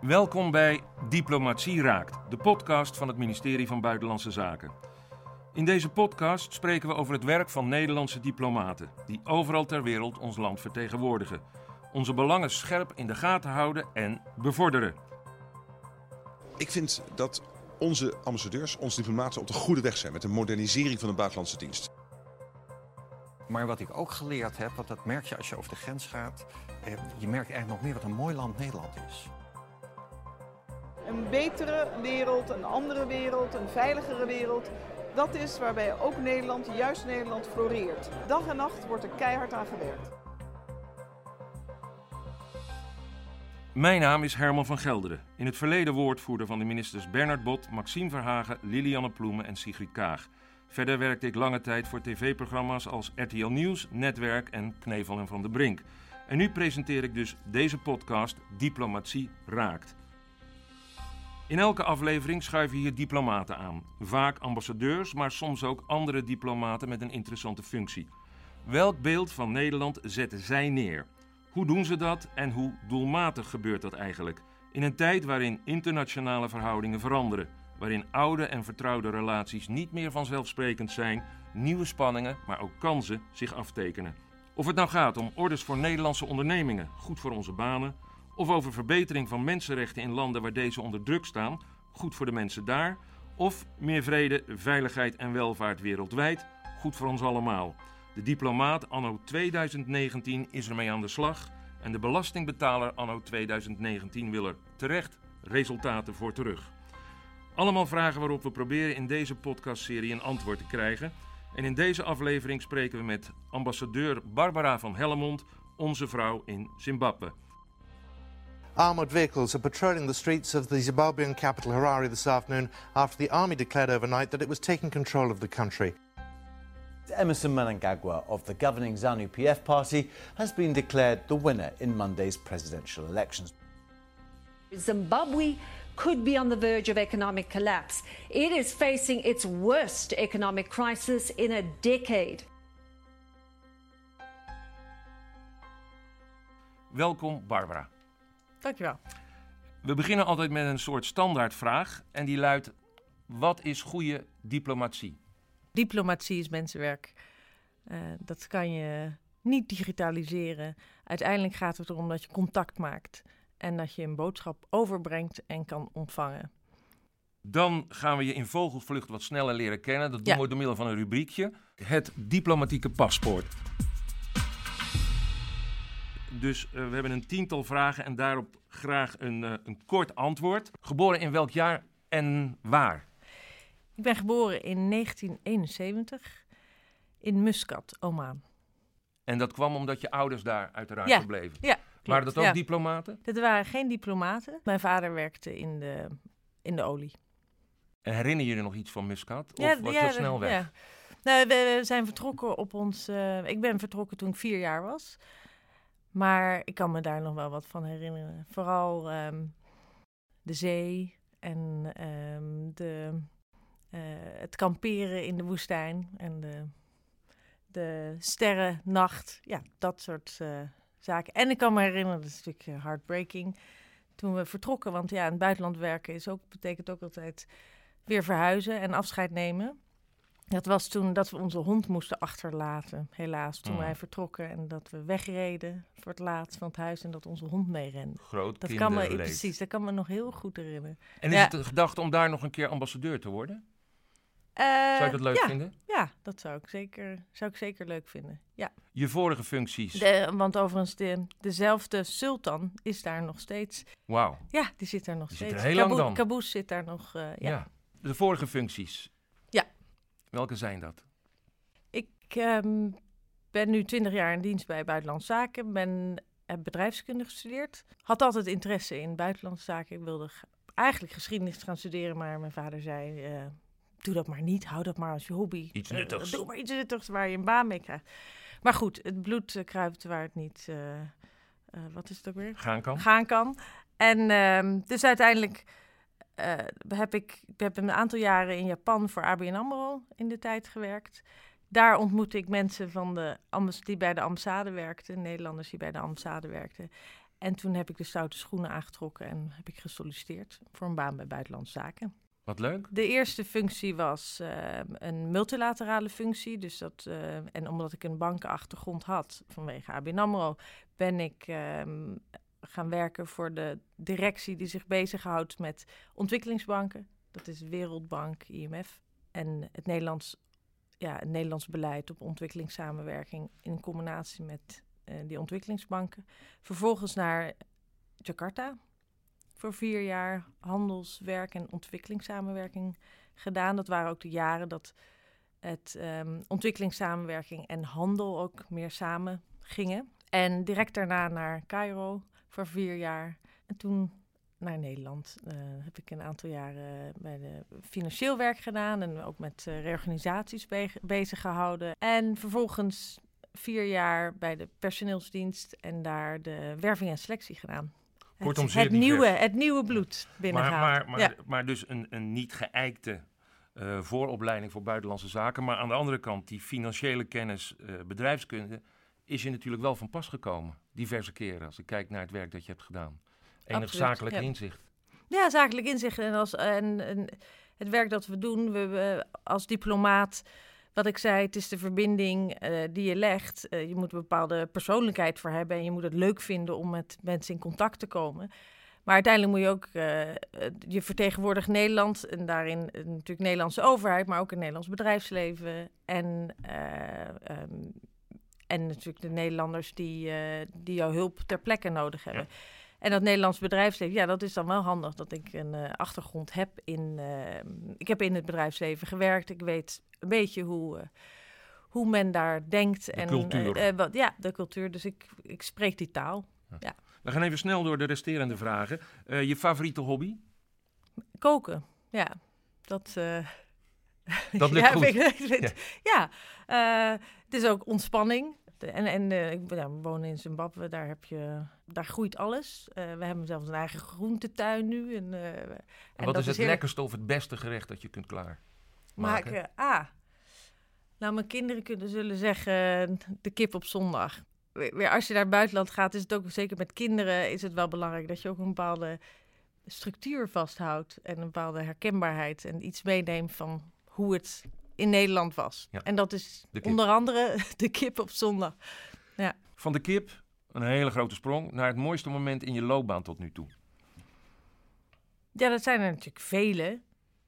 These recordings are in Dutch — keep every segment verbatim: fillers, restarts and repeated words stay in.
Welkom bij Diplomatie Raakt, de podcast van het ministerie van Buitenlandse Zaken. In deze podcast spreken we over het werk van Nederlandse diplomaten, die overal ter wereld ons land vertegenwoordigen. Onze belangen scherp in de gaten houden en bevorderen. Ik vind dat onze ambassadeurs, onze diplomaten op de goede weg zijn met de modernisering van de buitenlandse dienst. Maar wat ik ook geleerd heb, want dat merk je als je over de grens gaat, eh, je merkt eigenlijk nog meer wat een mooi land Nederland is. Een betere wereld, een andere wereld, een veiligere wereld. Dat is waarbij ook Nederland, juist Nederland, floreert. Dag en nacht wordt er keihard aan gewerkt. Mijn naam is Herman van Gelderen. In het verleden woordvoerder van de ministers Bernard Bot, Maxime Verhagen, Lilianne Ploemen en Sigrid Kaag. Verder werkte ik lange tijd voor tv-programma's als R T L Nieuws, Netwerk en Knevel en Van der Brink. En nu presenteer ik dus deze podcast Diplomatie Raakt. In elke aflevering schuiven hier diplomaten aan. Vaak ambassadeurs, maar soms ook andere diplomaten met een interessante functie. Welk beeld van Nederland zetten zij neer? Hoe doen ze dat en hoe doelmatig gebeurt dat eigenlijk? In een tijd waarin internationale verhoudingen veranderen. Waarin oude en vertrouwde relaties niet meer vanzelfsprekend zijn. Nieuwe spanningen, maar ook kansen zich aftekenen. Of het nou gaat om orders voor Nederlandse ondernemingen, goed voor onze banen. Of over verbetering van mensenrechten in landen waar deze onder druk staan, goed voor de mensen daar. Of meer vrede, veiligheid en welvaart wereldwijd, goed voor ons allemaal. De diplomaat anno tweeduizend negentien is ermee aan de slag en de belastingbetaler anno tweeduizend negentien wil er terecht resultaten voor terug. Allemaal vragen waarop we proberen in deze podcastserie een antwoord te krijgen. En in deze aflevering spreken we met ambassadeur Barbara van Hellemond, onze vrouw in Zimbabwe. Armoured vehicles are patrolling the streets of the Zimbabwean capital Harare this afternoon after the army declared overnight that it was taking control of the country. Emmerson Mnangagwa of the governing ZANU-P F party has been declared the winner in Monday's presidential elections. Zimbabwe could be on the verge of economic collapse. It is facing its worst economic crisis in a decade. Welkom Barbara. Dankjewel. We beginnen altijd met een soort standaardvraag en die luidt: wat is goede diplomatie? Diplomatie is mensenwerk. Uh, dat kan je niet digitaliseren. Uiteindelijk gaat het erom dat je contact maakt en dat je een boodschap overbrengt en kan ontvangen. Dan gaan we je in vogelvlucht wat sneller leren kennen. Dat doen Ja. we door middel van een rubriekje. Het diplomatieke paspoort. Dus uh, we hebben een tiental vragen en daarop graag een, uh, een kort antwoord. Geboren in welk jaar en waar? Ik ben geboren in negentien eenenzeventig in Muscat, Oman. En dat kwam omdat je ouders daar uiteraard Ja. verbleven. Ja, klopt. Waren dat ook Ja. diplomaten? Dat waren geen diplomaten. Mijn vader werkte in de, in de olie. En herinner je je nog iets van Muscat? Of Ja, was ja, je snel weg? Ja. Nou, we zijn vertrokken op ons... Uh, ik ben vertrokken toen ik vier jaar was. Maar ik kan me daar nog wel wat van herinneren. Vooral um, de zee en um, de, uh, het kamperen in de woestijn en de, de sterrennacht. Ja, dat soort uh, zaken. En ik kan me herinneren, dat is natuurlijk heartbreaking, toen we vertrokken. Want ja, in het buitenland werken is ook, betekent ook altijd weer verhuizen en afscheid nemen. Dat was toen dat we onze hond moesten achterlaten, helaas, toen Mm. wij vertrokken. En dat we wegreden voor het laatst van het huis en dat onze hond meerende. Groot Dat kan me, kinderleed. precies, dat kan me nog heel goed herinneren. En is Ja. het de gedachte om daar nog een keer ambassadeur te worden? Uh, Zou je dat leuk ja, vinden? Ja, dat zou ik zeker, zou ik zeker leuk vinden, ja. Je vorige functies? De, want overigens, de, dezelfde sultan is daar nog steeds. Wauw. Ja, die zit daar nog Die zit steeds. er heel lang Kaboe- dan. Caboose zit daar nog, uh, ja. Ja. De vorige functies? Ja. Welke zijn dat? Ik um, ben nu twintig jaar in dienst bij Buitenlandse Zaken. Ben heb bedrijfskunde gestudeerd. Had altijd interesse in buitenlandse zaken. Ik wilde g- eigenlijk geschiedenis gaan studeren, maar mijn vader zei: Uh, doe dat maar niet, hou dat maar als je hobby. Iets Uh, nuttigs. doe maar iets nuttigs waar je een baan mee krijgt. Maar goed, het bloed uh, kruipt waar het niet, uh, uh, wat is het ook weer? Gaan kan? Gaan kan. En um, dus uiteindelijk uh, heb ik, ik heb een aantal jaren in Japan voor A B N AMRO in de tijd gewerkt. Daar ontmoette ik mensen van de, ambas- die bij de ambassade werkten, Nederlanders die bij de ambassade werkten. En toen heb ik de stoute schoenen aangetrokken en heb ik gesolliciteerd voor een baan bij Buitenlandse Zaken. Wat leuk. De eerste functie was uh, een multilaterale functie. Dus dat, uh, en omdat ik een bankenachtergrond had vanwege A B N AMRO, ben ik uh, gaan werken voor de directie die zich bezighoudt met ontwikkelingsbanken. Dat is Wereldbank, I M F en het Nederlands, ja, het Nederlands beleid op ontwikkelingssamenwerking in combinatie met uh, die ontwikkelingsbanken. Vervolgens naar Jakarta. Voor vier jaar handels-, werk- en ontwikkelingssamenwerking gedaan. Dat waren ook de jaren dat het um, ontwikkelingssamenwerking en handel ook meer samen gingen. En direct daarna naar Cairo voor vier jaar. En toen naar Nederland. Uh, heb ik een aantal jaren bij de financieel werk gedaan en ook met uh, reorganisaties be- bezig gehouden. En vervolgens vier jaar bij de personeelsdienst en daar de werving en selectie gedaan. Kortom, het, zeer het, nieuwe, het nieuwe bloed binnengehaald. Maar, maar, maar, ja. maar dus een, een niet geëikte uh, vooropleiding voor buitenlandse zaken. Maar aan de andere kant, die financiële kennis, uh, bedrijfskunde, is je natuurlijk wel van pas gekomen. Diverse keren, als ik kijk naar het werk dat je hebt gedaan. Enig Absoluut, zakelijk ja. inzicht. Ja, zakelijk inzicht. En, als, en, en het werk dat we doen, we, we als diplomaat, wat ik zei, het is de verbinding uh, die je legt. Uh, je moet een bepaalde persoonlijkheid voor hebben en je moet het leuk vinden om met mensen in contact te komen. Maar uiteindelijk moet je ook, uh, je vertegenwoordigt Nederland en daarin uh, natuurlijk de Nederlandse overheid, maar ook het Nederlands bedrijfsleven en, uh, um, en natuurlijk de Nederlanders die, uh, die jouw hulp ter plekke nodig hebben. Ja. En dat Nederlands bedrijfsleven, ja, dat is dan wel handig dat ik een uh, achtergrond heb in... Uh, ik heb in het bedrijfsleven gewerkt. Ik weet een beetje hoe, uh, hoe men daar denkt. De en, cultuur. Uh, uh, wat, ja, de cultuur. Dus ik, ik spreek die taal. Ja. Ja. We gaan even snel door de resterende vragen. Uh, je favoriete hobby? Koken, ja. Dat... Uh, dat lukt ja, goed. Ik, ik, ja, ja uh, het is ook ontspanning. En, en uh, ik ja, we wonen in Zimbabwe, daar, heb je, daar groeit alles. Uh, we hebben zelfs een eigen groentetuin nu. En, uh, en, en wat is het heerlijk... lekkerste of het beste gerecht dat je kunt klaarmaken? Maken. Ah, nou mijn kinderen kunnen zullen zeggen de kip op zondag. Weer, als je naar het buitenland gaat, is het ook zeker met kinderen is het wel belangrijk dat je ook een bepaalde structuur vasthoudt. En een bepaalde herkenbaarheid en iets meeneemt van hoe het in Nederland was. Ja. En dat is onder andere de kip op zondag. Ja. Van de kip, een hele grote sprong, naar het mooiste moment in je loopbaan tot nu toe. Ja, dat zijn er natuurlijk vele.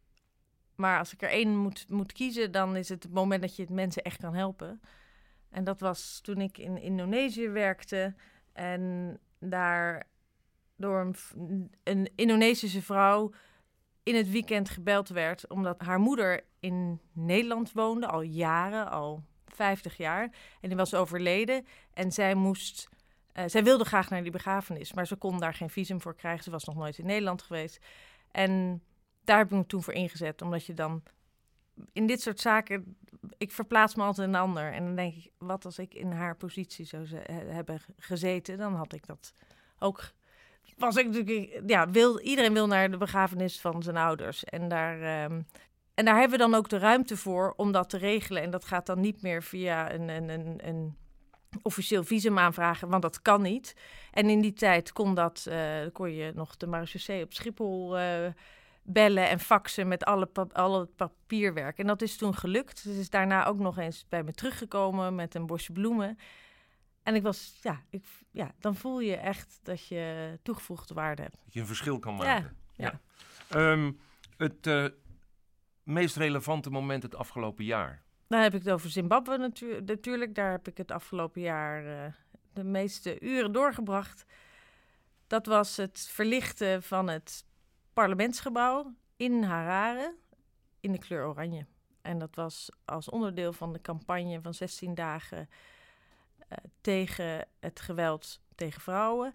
Maar als ik er één moet, moet kiezen, dan is het het moment dat je mensen echt kan helpen. En dat was toen ik in Indonesië werkte en daar door een, een Indonesische vrouw in het weekend gebeld werd, omdat haar moeder in Nederland woonde, al jaren, al vijftig jaar. En die was overleden en zij moest, uh, zij wilde graag naar die begrafenis, maar ze kon daar geen visum voor krijgen. Ze was nog nooit in Nederland geweest. En daar heb ik me toen voor ingezet, omdat je dan in dit soort zaken, ik verplaats me altijd een ander. En dan denk ik, wat als ik in haar positie zou ze- hebben gezeten, dan had ik dat ook... Was ik natuurlijk, ja, wil, iedereen wil naar de begrafenis van zijn ouders. En daar, um, en daar hebben we dan ook de ruimte voor om dat te regelen. En dat gaat dan niet meer via een, een, een, een officieel visum aanvragen, want dat kan niet. En in die tijd kon, dat, uh, kon je nog de marechaussee op Schiphol uh, bellen en faxen met alle, pa- alle papierwerk. En dat is toen gelukt. Ze is daarna ook nog eens bij me teruggekomen met een bosje bloemen. En ik was, ja, ik, ja, dan voel je echt dat je toegevoegde waarde hebt. Dat je een verschil kan maken. Ja. ja. Um, het uh, meest relevante moment het afgelopen jaar? Dan heb ik het over Zimbabwe natu- natuurlijk. Daar heb ik het afgelopen jaar uh, de meeste uren doorgebracht. Dat was het verlichten van het parlementsgebouw in Harare in de kleur oranje. En dat was als onderdeel van de campagne van zestien dagen... Uh, tegen het geweld tegen vrouwen.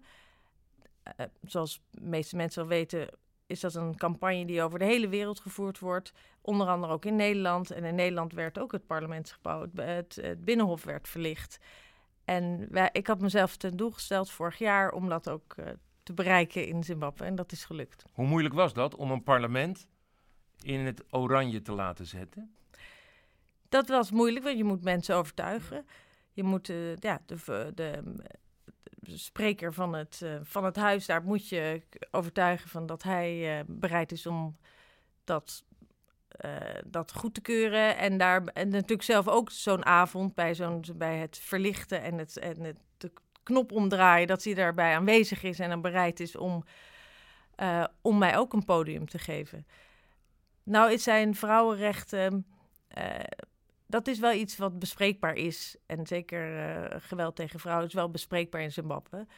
Uh, zoals de meeste mensen wel weten, is dat een campagne die over de hele wereld gevoerd wordt. Onder andere ook in Nederland. En in Nederland werd ook het parlementsgebouw, het, het, het Binnenhof werd verlicht. En wij, ik had mezelf ten doel gesteld vorig jaar om dat ook uh, te bereiken in Zimbabwe. En dat is gelukt. Hoe moeilijk was dat om een parlement in het oranje te laten zetten? Dat was moeilijk, want je moet mensen overtuigen. Je moet, uh, ja, de, de, spreker van het, uh, van het huis, daar moet je overtuigen van dat hij uh, bereid is om dat, uh, dat goed te keuren. En, daar, en natuurlijk zelf ook zo'n avond bij, zo'n, bij het verlichten en het, en het de knop omdraaien, dat hij daarbij aanwezig is en dan bereid is om, uh, om mij ook een podium te geven. Nou, het zijn vrouwenrechten, uh, dat is wel iets wat bespreekbaar is. En zeker uh, geweld tegen vrouwen is wel bespreekbaar in Zimbabwe.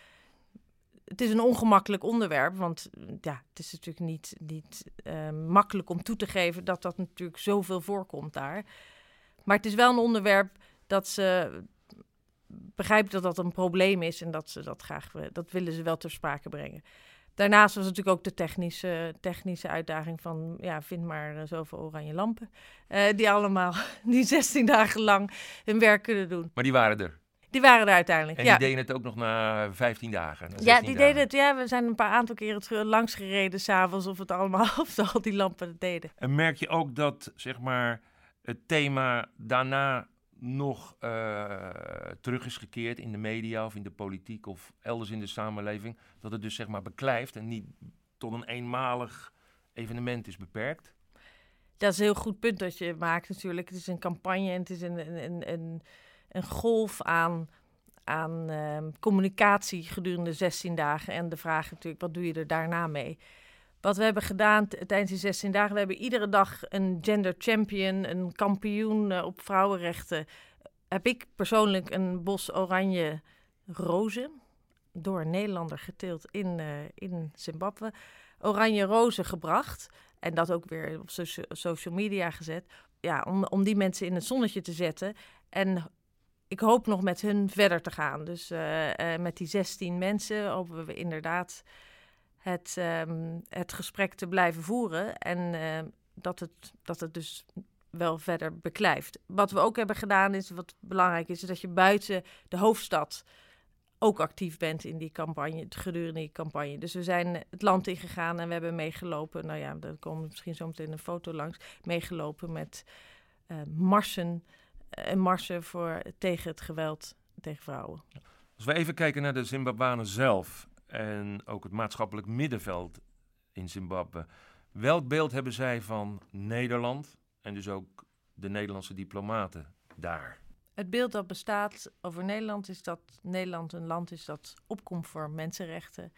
Het is een ongemakkelijk onderwerp, want ja, het is natuurlijk niet, niet uh, makkelijk om toe te geven dat dat natuurlijk zoveel voorkomt daar. Maar het is wel een onderwerp dat ze begrijpen dat dat een probleem is en dat ze dat graag, dat willen ze wel ter sprake brengen. Daarnaast was natuurlijk ook de technische, technische uitdaging van, ja, vind maar uh, zoveel oranje lampen. Uh, die allemaal, die zestien dagen lang hun werk kunnen doen. Maar die waren er? Die waren er uiteindelijk, en ja. En die deden het ook nog na vijftien dagen? Na ja, die dagen. deden het, ja, we zijn een paar aantal keren terug, langs gereden s'avonds of het allemaal, of al die lampen het deden. En merk je ook dat, zeg maar, het thema daarna nog uh, terug is gekeerd in de media of in de politiek of elders in de samenleving, dat het dus zeg maar beklijft en niet tot een eenmalig evenement is beperkt? Dat is een heel goed punt dat je maakt natuurlijk. Het is een campagne en het is een, een, een, een golf aan, aan uh, communicatie gedurende zestien dagen en de vraag natuurlijk, wat doe je er daarna mee? Wat we hebben gedaan t- tijdens die zestien dagen, we hebben iedere dag een gender champion, een kampioen uh, op vrouwenrechten. Heb ik persoonlijk een bos oranje rozen, door een Nederlander geteeld in, uh, in Zimbabwe, oranje rozen gebracht. En dat ook weer op so- social media gezet. Ja, om, om die mensen in het zonnetje te zetten. En ik hoop nog met hun verder te gaan. Dus uh, uh, met die zestien mensen hopen we inderdaad Het, um, het gesprek te blijven voeren en uh, dat, het, dat het dus wel verder beklijft. Wat we ook hebben gedaan is, wat belangrijk is, is dat je buiten de hoofdstad ook actief bent in die campagne, gedurende die campagne. Dus we zijn het land ingegaan en we hebben meegelopen, nou ja, daar komt misschien zo meteen een foto langs, meegelopen met uh, marsen, uh, marsen voor, tegen het geweld tegen vrouwen. Als we even kijken naar de Zimbabwanen zelf en ook het maatschappelijk middenveld in Zimbabwe. Welk beeld hebben zij van Nederland en dus ook de Nederlandse diplomaten daar? Het beeld dat bestaat over Nederland is dat Nederland een land is dat opkomt voor mensenrechten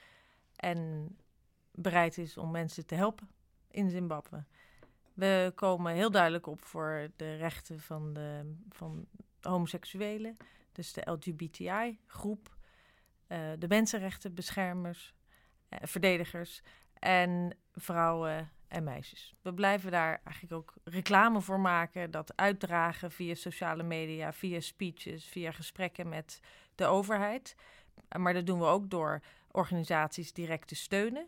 en bereid is om mensen te helpen in Zimbabwe. We komen heel duidelijk op voor de rechten van de van homoseksuelen, dus de L G B T I-groep. Uh, de mensenrechtenbeschermers, uh, verdedigers en vrouwen en meisjes. We blijven daar eigenlijk ook reclame voor maken, dat uitdragen via sociale media, via speeches, via gesprekken met de overheid. Uh, maar dat doen we ook door organisaties direct te steunen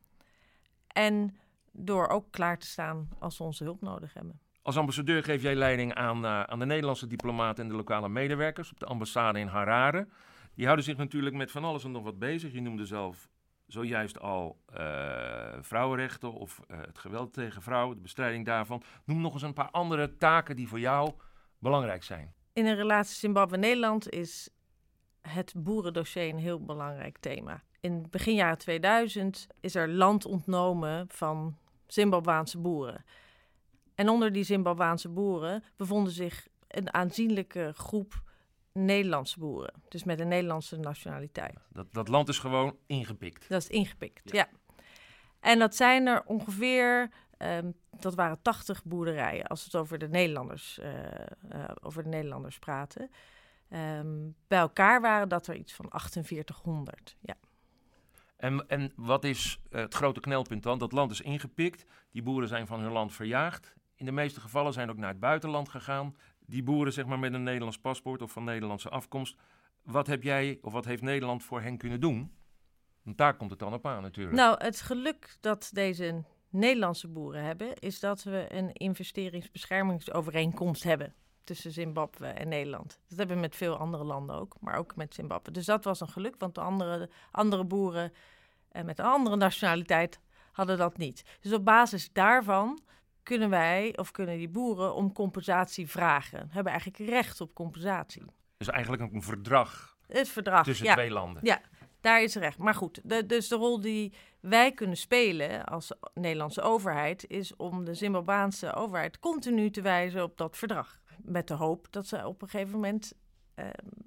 en door ook klaar te staan als ze onze hulp nodig hebben. Als ambassadeur geef jij leiding aan, uh, aan de Nederlandse diplomaten en de lokale medewerkers op de ambassade in Harare. Die houden zich natuurlijk met van alles en nog wat bezig. Je noemde zelf zojuist al uh, vrouwenrechten of uh, het geweld tegen vrouwen, de bestrijding daarvan. Noem nog eens een paar andere taken die voor jou belangrijk zijn. In een relatie Zimbabwe-Nederland is het boerendossier een heel belangrijk thema. In begin jaren tweeduizend is er land ontnomen van Zimbabwaanse boeren. En onder die Zimbabwaanse boeren bevonden zich een aanzienlijke groep Nederlandse boeren. Dus met een Nederlandse nationaliteit. Dat, dat land is gewoon ingepikt. Dat is ingepikt, ja. Ja. En dat zijn er ongeveer, um, dat waren tachtig boerderijen, als we het over de Nederlanders, uh, uh, over de Nederlanders praten. Um, bij elkaar waren dat er iets van achtenveertighonderd, ja. En, en wat is uh, het grote knelpunt dan? Dat land is ingepikt. Die boeren zijn van hun land verjaagd. In de meeste gevallen zijn ook naar het buitenland gegaan. Die boeren, zeg maar, met een Nederlands paspoort of van Nederlandse afkomst. Wat heb jij of wat heeft Nederland voor hen kunnen doen? Want daar komt het dan op aan natuurlijk. Nou, het geluk dat deze Nederlandse boeren hebben, is dat we een investeringsbeschermingsovereenkomst hebben tussen Zimbabwe en Nederland. Dat hebben we met veel andere landen ook, maar ook met Zimbabwe. Dus dat was een geluk, want de andere, andere boeren eh, met een andere nationaliteit hadden dat niet. Dus op basis daarvan kunnen wij, of kunnen die boeren, om compensatie vragen. Hebben eigenlijk recht op compensatie. Dus eigenlijk ook een verdrag Het verdrag, tussen ja. twee landen. Ja, daar is recht. Maar goed, de, dus de rol die wij kunnen spelen als Nederlandse overheid is om de Zimbabwaanse overheid continu te wijzen op dat verdrag. Met de hoop dat ze op een gegeven moment uh,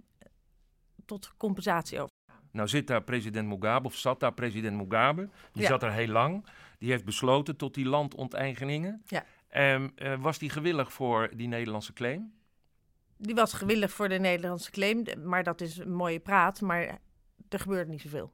tot compensatie over. Nou zit daar president Mugabe, of zat daar president Mugabe. Die Ja. zat er heel lang. Die heeft besloten tot die landonteigeningen. Ja. Um, uh, was die gewillig voor die Nederlandse claim? Die was gewillig voor de Nederlandse claim, maar dat is een mooie praat, maar er gebeurt niet zoveel.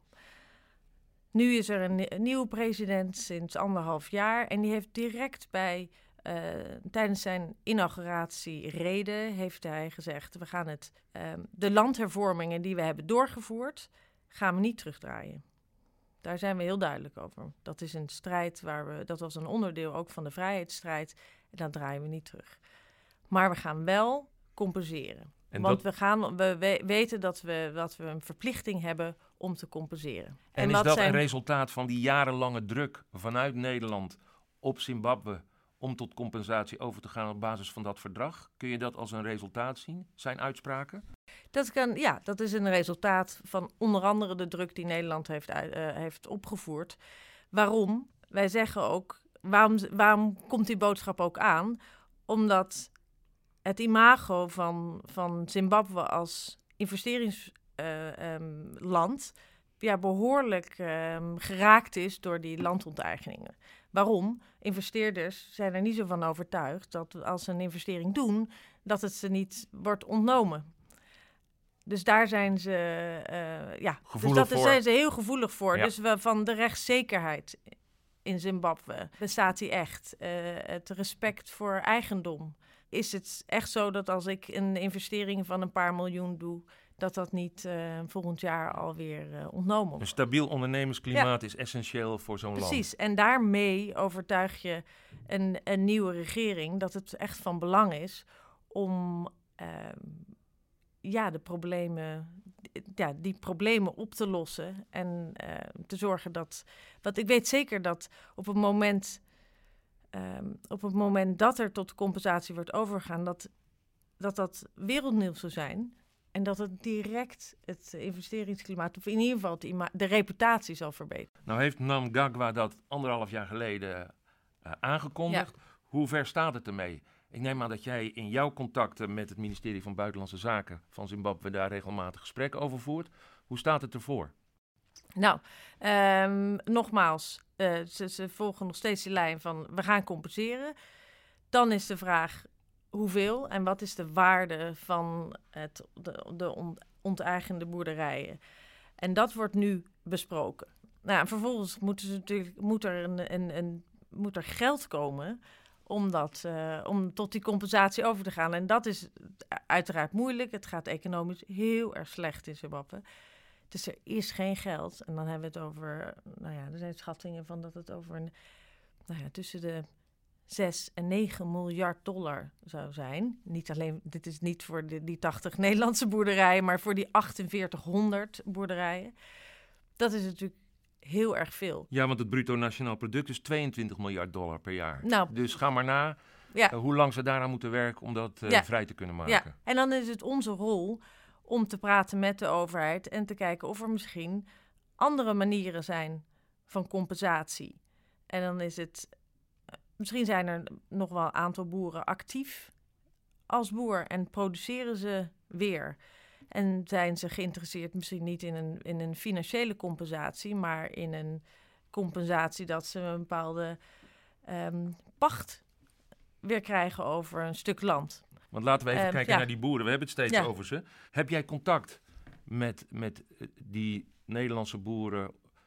Nu is er een, een nieuwe president sinds anderhalf jaar en die heeft direct bij, uh, tijdens zijn inauguratiereden, heeft hij gezegd, we gaan het, uh, de landhervormingen die we hebben doorgevoerd, gaan we niet terugdraaien. Daar zijn we heel duidelijk over. Dat is een strijd waar we, dat was een onderdeel ook van de vrijheidsstrijd en dat draaien we niet terug. Maar we gaan wel compenseren. En Want dat... we, gaan, we we weten dat we, dat we een verplichting hebben om te compenseren. En, en is wat dat zijn... een resultaat van die jarenlange druk vanuit Nederland op Zimbabwe om tot compensatie over te gaan op basis van dat verdrag? Kun je dat als een resultaat zien, zijn uitspraken? Dat kan, ja, dat is een resultaat van onder andere de druk die Nederland heeft, uh, heeft opgevoerd. Waarom? Wij zeggen ook, waarom, waarom komt die boodschap ook aan? Omdat het imago van, van Zimbabwe als investeringsland uh, um, ja, behoorlijk um, geraakt is door die landonteigeningen. Waarom? Investeerders zijn er niet zo van overtuigd dat als ze een investering doen, dat het ze niet wordt ontnomen. Dus daar zijn ze, uh, ja, dus dat, daar zijn ze heel gevoelig voor. Ja. Dus we, van de rechtszekerheid in Zimbabwe bestaat die echt. Uh, het respect voor eigendom. Is het echt zo dat als ik een investering van een paar miljoen doe, dat dat niet uh, volgend jaar alweer uh, ontnomen wordt? Een stabiel ondernemersklimaat ja. is essentieel voor zo'n land. Precies, en daarmee overtuig je een, een nieuwe regering dat het echt van belang is om uh, ja, de problemen, ja, die problemen op te lossen en uh, te zorgen dat... Want ik weet zeker dat op het moment... Um, op het moment dat er tot compensatie wordt overgegaan, dat dat, dat wereldnieuws zou zijn. En dat het direct het investeringsklimaat, of in ieder geval de, ima- de reputatie zal verbeteren. Nou heeft Mnangagwa dat anderhalf jaar geleden uh, aangekondigd. Ja. Hoe ver staat het ermee? Ik neem aan dat jij in jouw contacten met het ministerie van Buitenlandse Zaken van Zimbabwe daar regelmatig gesprekken over voert. Hoe staat het ervoor? Nou, um, nogmaals, uh, ze, ze volgen nog steeds die lijn van we gaan compenseren. Dan is de vraag hoeveel en wat is de waarde van het, de, de onteigende boerderijen. En dat wordt nu besproken. Nou, en vervolgens moeten ze natuurlijk, moet, er een, een, een, moet er geld komen om, dat, uh, om tot die compensatie over te gaan. En dat is uiteraard moeilijk. Het gaat economisch heel erg slecht in Zimbabwe. Dus er is geen geld. En dan hebben we het over, nou ja, er zijn schattingen van dat het over een, nou ja, tussen de zes en negen miljard dollar zou zijn. Niet alleen, dit is niet voor de, die tachtig Nederlandse boerderijen, maar voor die achtenveertighonderd boerderijen. Dat is natuurlijk heel erg veel. Ja, want het bruto nationaal product is tweeëntwintig miljard dollar per jaar. Nou, dus ga maar na ja. uh, hoe lang ze daaraan moeten werken om dat uh, ja. vrij te kunnen maken. Ja. En dan is het onze rol om te praten met de overheid en te kijken of er misschien andere manieren zijn van compensatie. En dan is het, misschien zijn er nog wel een aantal boeren actief als boer en produceren ze weer. En zijn ze geïnteresseerd misschien niet in een, in een financiële compensatie, maar in een compensatie dat ze een bepaalde um, pacht weer krijgen over een stuk land. Want laten we even uh, kijken ja. naar die boeren. We hebben het steeds ja. over ze. Heb jij contact met, met die Nederlandse boeren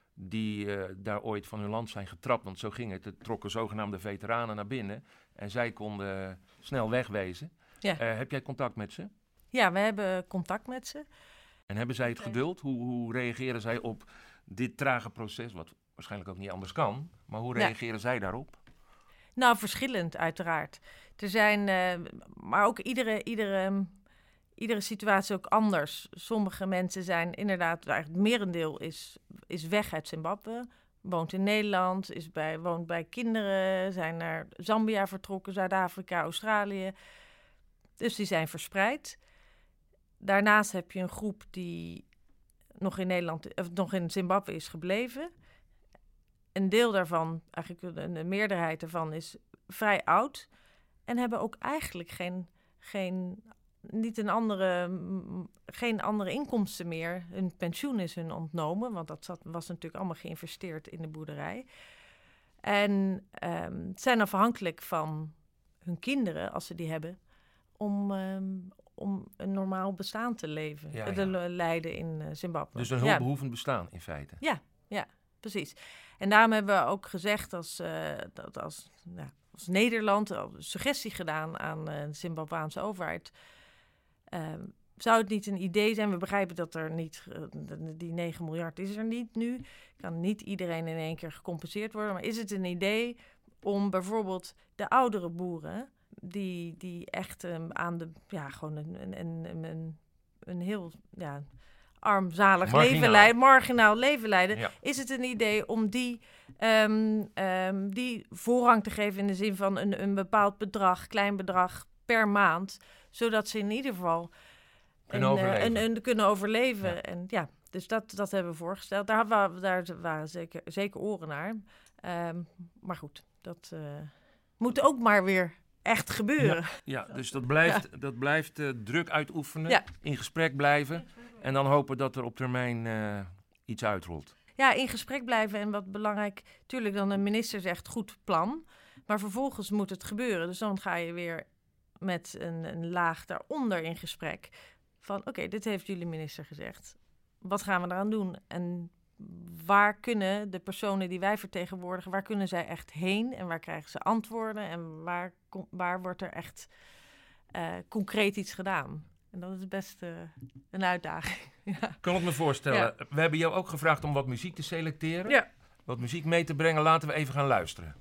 die uh, daar ooit van hun land zijn getrapt? Want zo ging het. Er trokken zogenaamde veteranen naar binnen en zij konden uh, snel wegwezen. Ja. Uh, heb jij contact met ze? Ja, we hebben contact met ze. En hebben zij het geduld? Hoe, hoe reageren zij op dit trage proces, wat waarschijnlijk ook niet anders kan? Maar hoe reageren ja. zij daarop? Nou, verschillend uiteraard. Er zijn, uh, maar ook iedere, iedere, iedere situatie ook anders. Sommige mensen zijn inderdaad, eigenlijk het merendeel is, is weg uit Zimbabwe. Woont in Nederland, is bij, woont bij kinderen, zijn naar Zambia vertrokken, Zuid-Afrika, Australië. Dus die zijn verspreid. Daarnaast heb je een groep die nog in Nederland, of nog in Zimbabwe is gebleven. Een deel daarvan, eigenlijk een, een meerderheid daarvan, is vrij oud. En hebben ook eigenlijk geen, geen, niet een andere, geen andere inkomsten meer. Hun pensioen is hun ontnomen, want dat zat, was natuurlijk allemaal geïnvesteerd in de boerderij. En um, zijn afhankelijk van hun kinderen, als ze die hebben, om, um, om een normaal bestaan te leven, Ja, ja. te leiden in uh, Zimbabwe. Dus een hulpbehoevend ja. bestaan in feite. Ja, ja, precies. En daarom hebben we ook gezegd als, uh, dat als, nou, als Nederland een suggestie gedaan aan uh, de Zimbabwaanse overheid. Uh, zou het niet een idee zijn? We begrijpen dat er niet, uh, die negen miljard is er niet nu. Kan niet iedereen in één keer gecompenseerd worden. Maar is het een idee om bijvoorbeeld de oudere boeren, die, die echt um, aan de, ja, gewoon een, een, een, een, een heel, ja, armzalig marginaal. leven leiden, marginaal leven leiden, Ja. is het een idee om die, um, um, die voorrang te geven in de zin van een, een bepaald bedrag, klein bedrag per maand, zodat ze in ieder geval Kunnen een, overleven. Een, een, kunnen overleven. Ja. En ja, dus dat, dat hebben we voorgesteld. Daar, wa, daar waren zeker, zeker oren naar. Um, maar goed, dat uh, moet ook maar weer echt gebeuren. Ja, ja, dus dat blijft, ja. dat blijft uh, druk uitoefenen, ja. in gesprek blijven en dan hopen dat er op termijn uh, iets uitrolt. Ja, in gesprek blijven en wat belangrijk, tuurlijk dan een minister zegt goed plan, maar vervolgens moet het gebeuren. Dus dan ga je weer met een, een laag daaronder in gesprek van oké, okay, dit heeft jullie minister gezegd. Wat gaan we eraan doen? En waar kunnen de personen die wij vertegenwoordigen, waar kunnen zij echt heen? En waar krijgen ze antwoorden? En waar, waar wordt er echt uh, concreet iets gedaan? En dat is best uh, een uitdaging. Ja. Kan ik me voorstellen. Ja. We hebben jou ook gevraagd om wat muziek te selecteren. Ja. Wat muziek mee te brengen. Laten we even gaan luisteren.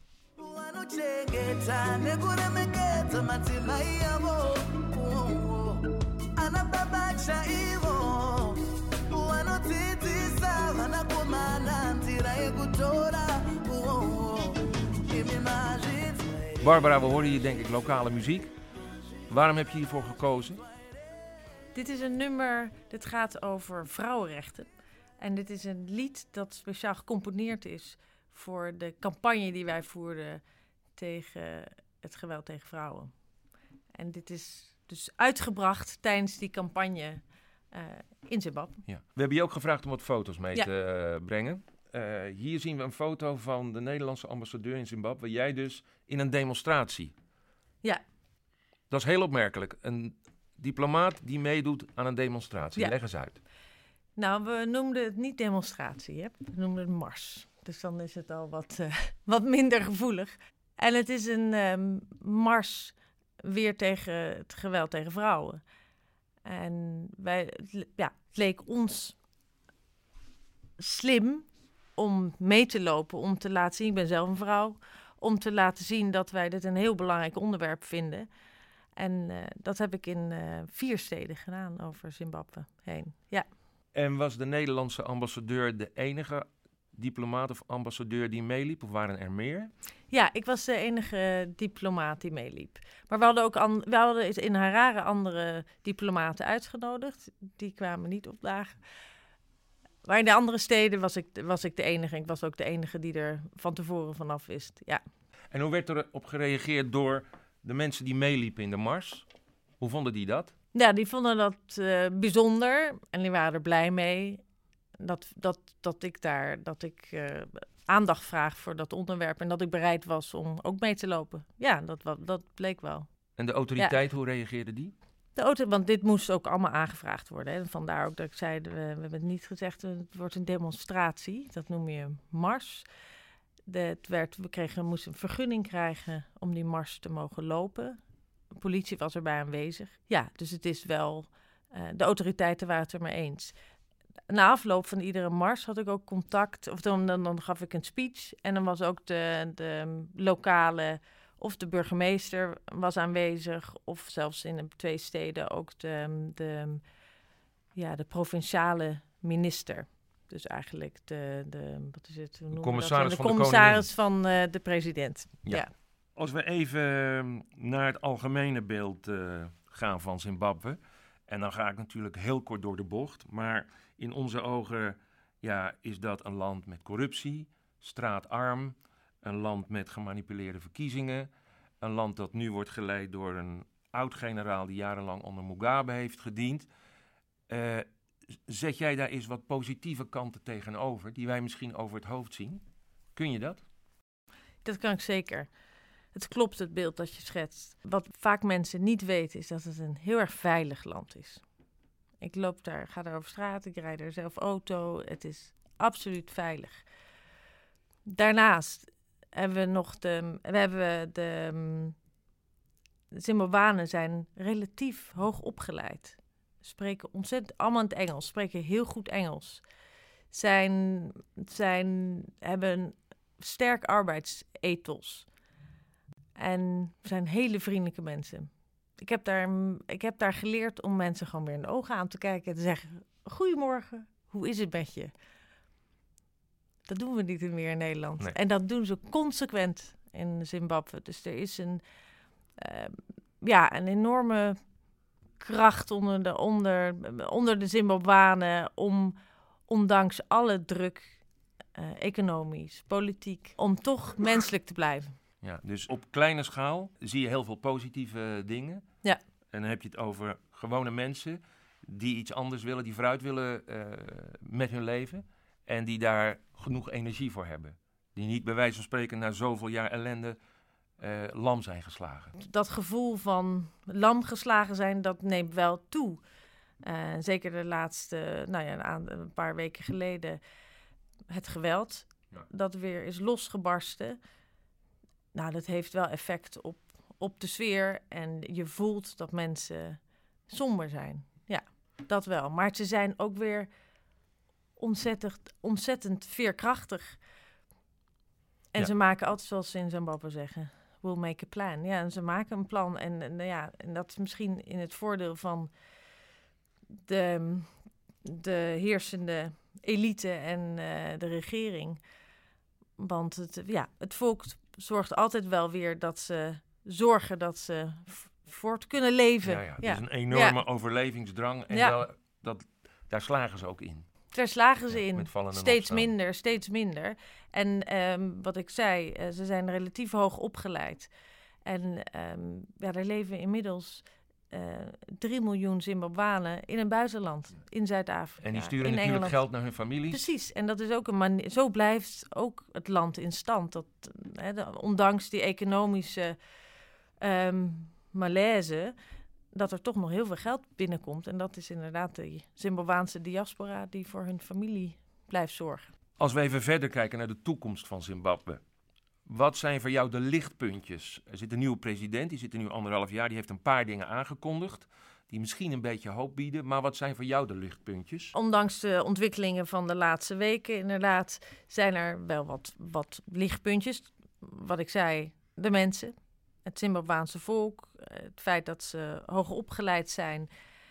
Barbara, we horen hier denk ik lokale muziek. Waarom heb je hiervoor gekozen? Dit is een nummer, dit gaat over vrouwenrechten. En dit is een lied dat speciaal gecomponeerd is voor de campagne die wij voerden tegen het geweld tegen vrouwen. En dit is dus uitgebracht tijdens die campagne uh, in Zimbabwe. Ja. We hebben je ook gevraagd om wat foto's mee ja. te uh, brengen. Uh, hier zien we een foto van de Nederlandse ambassadeur in Zimbabwe. Jij dus in een demonstratie. Ja. Dat is heel opmerkelijk. Een diplomaat die meedoet aan een demonstratie. Ja. Leg eens uit. Nou, we noemden het niet demonstratie. Hè? We noemden het mars. Dus dan is het al wat, uh, wat minder gevoelig. En het is een um, mars weer tegen het geweld tegen vrouwen. En wij, ja, het leek ons slim om mee te lopen, om te laten zien, ik ben zelf een vrouw, om te laten zien dat wij dit een heel belangrijk onderwerp vinden. En uh, dat heb ik in uh, vier steden gedaan over Zimbabwe heen. Ja. En was de Nederlandse ambassadeur de enige diplomaat of ambassadeur die meeliep? Of waren er meer? Ja, ik was de enige diplomaat die meeliep. Maar we hadden ook an- we hadden in Harare andere diplomaten uitgenodigd. Die kwamen niet opdagen. Maar in de andere steden was ik, was ik de enige. Ik was ook de enige die er van tevoren vanaf wist. Ja. En hoe werd er op gereageerd door de mensen die meeliepen in de mars? Hoe vonden die dat? Ja, die vonden dat uh, bijzonder en die waren er blij mee. Dat, dat, dat ik daar dat ik, uh, aandacht vraag voor dat onderwerp en dat ik bereid was om ook mee te lopen. Ja, dat, dat bleek wel. En de autoriteit, ja. Hoe reageerde die? De auto, want dit moest ook allemaal aangevraagd worden. Hè. Vandaar ook dat ik zei, we, we hebben het niet gezegd, het wordt een demonstratie. Dat noem je een mars. De, het werd, we, kregen, we moesten een vergunning krijgen om die mars te mogen lopen. De politie was erbij aanwezig. Ja, dus het is wel, uh, de autoriteiten waren het er mee eens. Na afloop van iedere mars had ik ook contact, of dan, dan, dan gaf ik een speech. En dan was ook de, de lokale, of de burgemeester was aanwezig, of zelfs in de twee steden ook de, de, ja, de provinciale minister. Dus eigenlijk de, de wat is het? Hoe de noemen commissaris, dat? De van, commissaris de van uh, de president. Ja. Ja. Als we even naar het algemene beeld uh, gaan van Zimbabwe. En dan ga ik natuurlijk heel kort door de bocht. Maar in onze ogen ja, is dat een land met corruptie, straatarm, een land met gemanipuleerde verkiezingen, een land dat nu wordt geleid door een oud-generaal die jarenlang onder Mugabe heeft gediend. Uh, zet jij daar eens wat positieve kanten tegenover, die wij misschien over het hoofd zien? Kun je dat? Dat kan ik zeker. Het klopt, het beeld dat je schetst. Wat vaak mensen niet weten, is dat het een heel erg veilig land is. Ik loop daar, ga daar over straat, ik rijd er zelf auto. Het is absoluut veilig. Daarnaast hebben we nog de... We hebben de, de Zimbabwanen zijn relatief hoog opgeleid. Spreken ontzettend allemaal in het Engels, spreken heel goed Engels. Zijn, zijn, hebben een sterk arbeidsethos. En zijn hele vriendelijke mensen. Ik heb, daar, ik heb daar geleerd om mensen gewoon weer in de ogen aan te kijken en te zeggen: goedemorgen, hoe is het met je? Dat doen we niet meer in Nederland. Nee. En dat doen ze consequent in Zimbabwe. Dus er is een, uh, ja, een enorme kracht onder de, onder, onder de Zimbabwanen om, ondanks alle druk, uh, economisch, politiek, om toch menselijk te blijven. Ja, dus op kleine schaal zie je heel veel positieve dingen. Ja. En dan heb je het over gewone mensen die iets anders willen, die vooruit willen uh, met hun leven. En die daar genoeg energie voor hebben. Die niet bij wijze van spreken na zoveel jaar ellende uh, lam zijn geslagen. Dat gevoel van lam geslagen zijn, dat neemt wel toe. Uh, zeker de laatste, nou ja, een, een paar weken geleden, het geweld ja. dat weer is losgebarsten. Nou, dat heeft wel effect op, op de sfeer en je voelt dat mensen somber zijn. Ja, dat wel. Maar ze zijn ook weer ontzettend, ontzettend veerkrachtig. En ja. ze maken altijd, zoals ze in Zimbabwe zeggen, we'll make a plan. Ja, en ze maken een plan. En, en, ja, en dat is misschien in het voordeel van de, de heersende elite en uh, de regering. Want het, ja, het volk zorgt altijd wel weer dat ze zorgen dat ze v- voort kunnen leven. Ja, ja, het ja. is een enorme ja. overlevingsdrang en ja. wel, dat, daar slagen ze ook in. Daar slagen ze ja, in. Met vallen en steeds opstaan. minder, steeds minder. En um, wat ik zei, uh, ze zijn relatief hoog opgeleid. En um, ja, er leven inmiddels uh, drie miljoen Zimbabwanen in een buitenland, ja. in Zuid-Afrika. En die sturen in natuurlijk Engeland. geld naar hun families. Precies, en dat is ook een manier. Zo blijft ook het land in stand. Dat, hè, de, ondanks die economische um, malaise, dat er toch nog heel veel geld binnenkomt. En dat is inderdaad de Zimbabwaanse diaspora die voor hun familie blijft zorgen. Als we even verder kijken naar de toekomst van Zimbabwe. Wat zijn voor jou de lichtpuntjes? Er zit een nieuwe president, die zit er nu anderhalf jaar. Die heeft een paar dingen aangekondigd die misschien een beetje hoop bieden. Maar wat zijn voor jou de lichtpuntjes? Ondanks de ontwikkelingen van de laatste weken inderdaad zijn er wel wat, wat lichtpuntjes. Wat ik zei, de mensen, het Zimbabwaanse volk, het feit dat ze hoog opgeleid zijn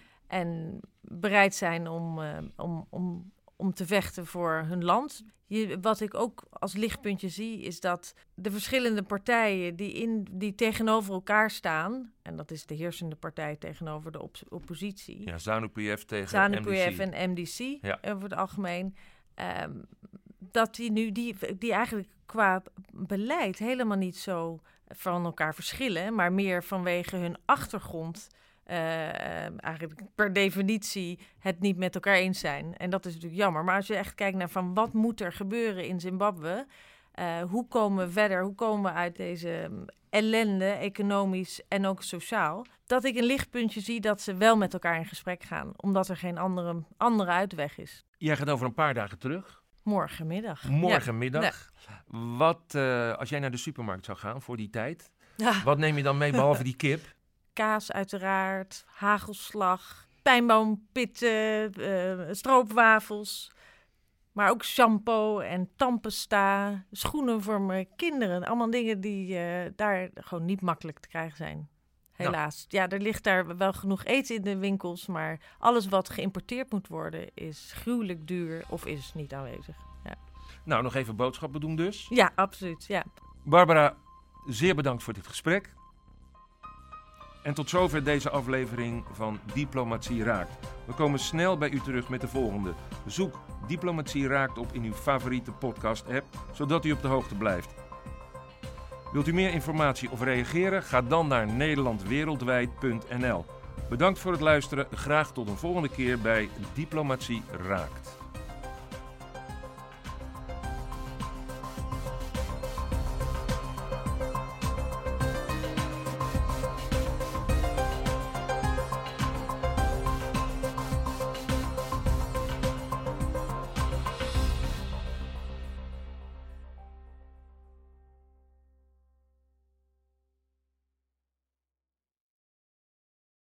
en bereid zijn om, uh, om, om, om te vechten voor hun land. Je, wat ik ook als lichtpuntje zie, is dat de verschillende partijen die, in, die tegenover elkaar staan, en dat is de heersende partij tegenover de op- oppositie. Ja, ZANU-P F tegen ZANU-P F M D C. en M D C, ja. over het algemeen. Um, dat die nu, die, die eigenlijk qua beleid helemaal niet zo van elkaar verschillen, maar meer vanwege hun achtergrond Uh, eigenlijk per definitie het niet met elkaar eens zijn. En dat is natuurlijk jammer. Maar als je echt kijkt naar van wat moet er gebeuren in Zimbabwe, uh, hoe komen we verder, hoe komen we uit deze ellende, economisch en ook sociaal, dat ik een lichtpuntje zie dat ze wel met elkaar in gesprek gaan, omdat er geen andere, andere uitweg is. Jij gaat over een paar dagen terug. Morgenmiddag. Morgenmiddag. Ja. Wat, uh, als jij naar de supermarkt zou gaan voor die tijd, ja. wat neem je dan mee behalve die kip? Kaas uiteraard, hagelslag, pijnboompitten, uh, stroopwafels. Maar ook shampoo en tandpasta, schoenen voor mijn kinderen. Allemaal dingen die uh, daar gewoon niet makkelijk te krijgen zijn. Helaas. Nou. Ja, er ligt daar wel genoeg eten in de winkels, maar alles wat geïmporteerd moet worden is gruwelijk duur of is niet aanwezig. Ja. Nou, nog even boodschappen doen dus. Ja, absoluut. Ja. Barbara, zeer bedankt voor dit gesprek. En tot zover deze aflevering van Diplomatie Raakt. We komen snel bij u terug met de volgende. Zoek Diplomatie Raakt op in uw favoriete podcast-app, zodat u op de hoogte blijft. Wilt u meer informatie of reageren? Ga dan naar nederland wereldwijd punt n l. Bedankt voor het luisteren. Graag tot een volgende keer bij Diplomatie Raakt.